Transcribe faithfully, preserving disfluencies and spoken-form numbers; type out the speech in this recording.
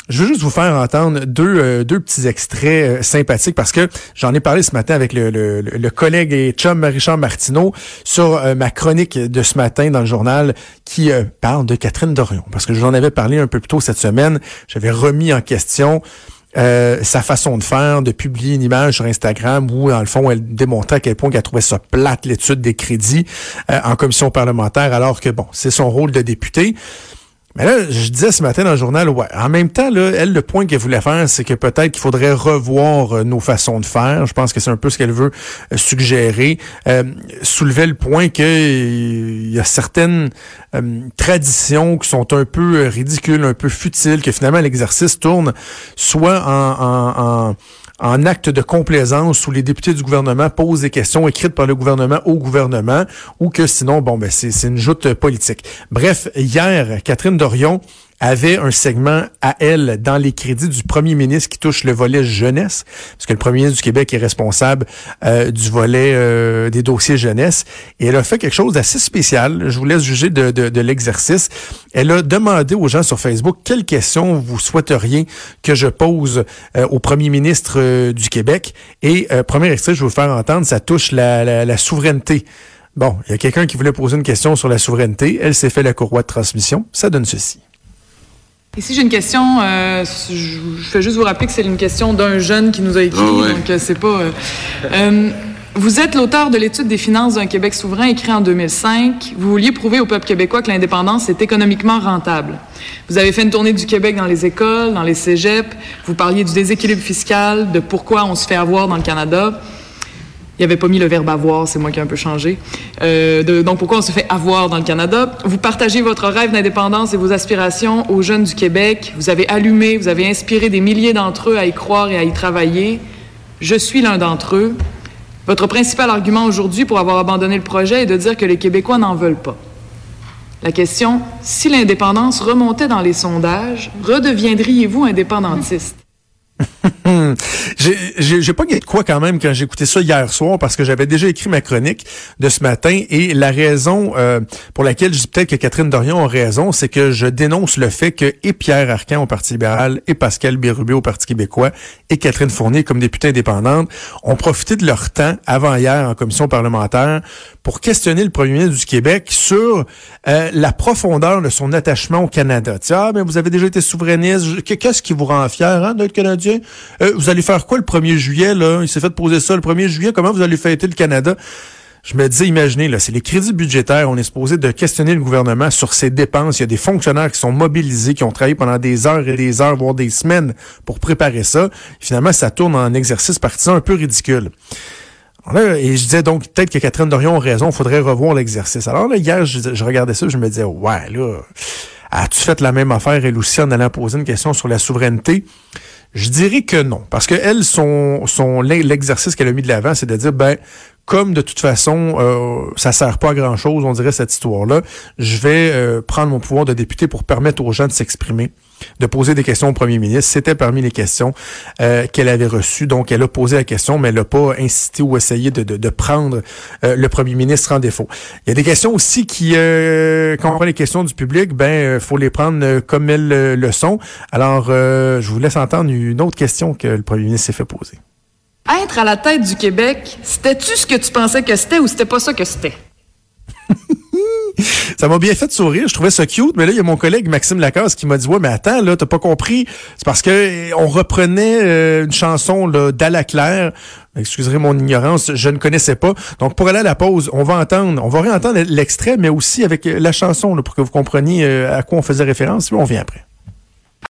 Je veux juste vous faire entendre deux, euh, deux petits extraits euh, sympathiques parce que j'en ai parlé ce matin avec le, le, le collègue et chum Richard Martineau sur euh, ma chronique de ce matin dans le journal qui euh, parle de Catherine Dorion. Parce que je vous en avais parlé un peu plus tôt cette semaine. J'avais remis en question Euh, sa façon de faire, de publier une image sur Instagram où, dans le fond, elle démontrait à quel point qu'elle trouvait ça plate, l'étude des crédits euh, en commission parlementaire, alors que, bon, c'est son rôle de député. Mais là, je disais ce matin dans le journal, ouais, en même temps, là, elle, le point qu'elle voulait faire, c'est que peut-être qu'il faudrait revoir euh, nos façons de faire. Je pense que c'est un peu ce qu'elle veut euh, suggérer. Euh, soulevait le point que il y a certaines euh, traditions qui sont un peu euh, ridicules, un peu futiles, que finalement l'exercice tourne soit en, en, en en acte de complaisance où les députés du gouvernement posent des questions écrites par le gouvernement au gouvernement ou que sinon, bon, ben c'est, c'est une joute politique. Bref, hier, Catherine Dorion avait un segment à elle dans les crédits du premier ministre qui touche le volet jeunesse, parce que le premier ministre du Québec est responsable euh, du volet euh, des dossiers jeunesse, et elle a fait quelque chose d'assez spécial. Je vous laisse juger de, de, de l'exercice. Elle a demandé aux gens sur Facebook quelles questions vous souhaiteriez que je pose euh, au premier ministre euh, du Québec, et euh, premier extrait, je vais vous faire entendre, ça touche la, la, la souveraineté. Bon, il y a quelqu'un qui voulait poser une question sur la souveraineté, elle s'est fait la courroie de transmission, ça donne ceci. Ici, j'ai une question. Euh, je, je fais juste vous rappeler que c'est une question d'un jeune qui nous a écrit, oh ouais. donc euh, c'est pas... Euh, euh, vous êtes l'auteur de l'étude des finances d'un Québec souverain écrit en deux mille cinq. Vous vouliez prouver au peuple québécois que l'indépendance est économiquement rentable. Vous avez fait une tournée du Québec dans les écoles, dans les cégeps. Vous parliez du déséquilibre fiscal, de pourquoi on se fait avoir dans le Canada. Il n'avait pas mis le verbe avoir, c'est moi qui ai un peu changé. Euh, de, donc, pourquoi on se fait avoir dans le Canada? Vous partagez votre rêve d'indépendance et vos aspirations aux jeunes du Québec. Vous avez allumé, vous avez inspiré des milliers d'entre eux à y croire et à y travailler. Je suis l'un d'entre eux. Votre principal argument aujourd'hui pour avoir abandonné le projet est de dire que les Québécois n'en veulent pas. La question, si l'indépendance remontait dans les sondages, redeviendriez-vous indépendantiste? j'ai, j'ai, j'ai pas gagné de quoi quand même quand j'ai écouté ça hier soir parce que j'avais déjà écrit ma chronique de ce matin et la raison euh, pour laquelle je dis peut-être que Catherine Dorion a raison, c'est que je dénonce le fait que et Pierre Arcan au Parti libéral et Pascal Bérubé au Parti québécois et Catherine Fournier comme députée indépendante ont profité de leur temps avant-hier en commission parlementaire pour questionner le premier ministre du Québec sur euh, la profondeur de son attachement au Canada. T'sais, ah, mais vous avez déjà été souverainiste, qu'est-ce qui vous rend fier hein, d'être Canadien? Euh, vous allez faire quoi le premier juillet, là? Il s'est fait poser ça le premier juillet. Comment vous allez fêter le Canada? Je me disais, imaginez, là, c'est les crédits budgétaires. On est supposé de questionner le gouvernement sur ses dépenses. Il y a des fonctionnaires qui sont mobilisés, qui ont travaillé pendant des heures et des heures, voire des semaines pour préparer ça. Finalement, ça tourne en un exercice partisan un peu ridicule. Là, et je disais donc, peut-être que Catherine Dorion a raison, il faudrait revoir l'exercice. Alors là, hier, je, je regardais ça, je me disais, ouais, là, as-tu fait la même affaire, elle aussi, en allant poser une question sur la souveraineté? Je dirais que non, parce que elle, son, son l'exercice qu'elle a mis de l'avant, c'est de dire, ben, comme de toute façon, euh, ça sert pas à grand-chose, on dirait, cette histoire-là, je vais euh, prendre mon pouvoir de député pour permettre aux gens de s'exprimer, de poser des questions au premier ministre. C'était parmi les questions euh, qu'elle avait reçues. Donc, elle a posé la question, mais elle n'a pas incité ou essayé de, de, de prendre euh, le premier ministre en défaut. Il y a des questions aussi qui, euh, quand on prend les questions du public, ben, euh, faut les prendre euh, comme elles euh, le sont. Alors, euh, je vous laisse entendre une autre question que le premier ministre s'est fait poser. Être à la tête du Québec, c'était-tu ce que tu pensais que c'était ou c'était pas ça que c'était? Ça m'a bien fait sourire, je trouvais ça cute, mais là, il y a mon collègue Maxime Lacasse qui m'a dit « Ouais, mais attends, là, t'as pas compris. C'est parce que on reprenait euh, une chanson là, d'Ala Claire. Excuserez mon ignorance, je ne connaissais pas. Donc, pour aller à la pause, on va entendre, on va réentendre l'extrait, mais aussi avec la chanson là, pour que vous compreniez euh, à quoi on faisait référence. Puis on vient après.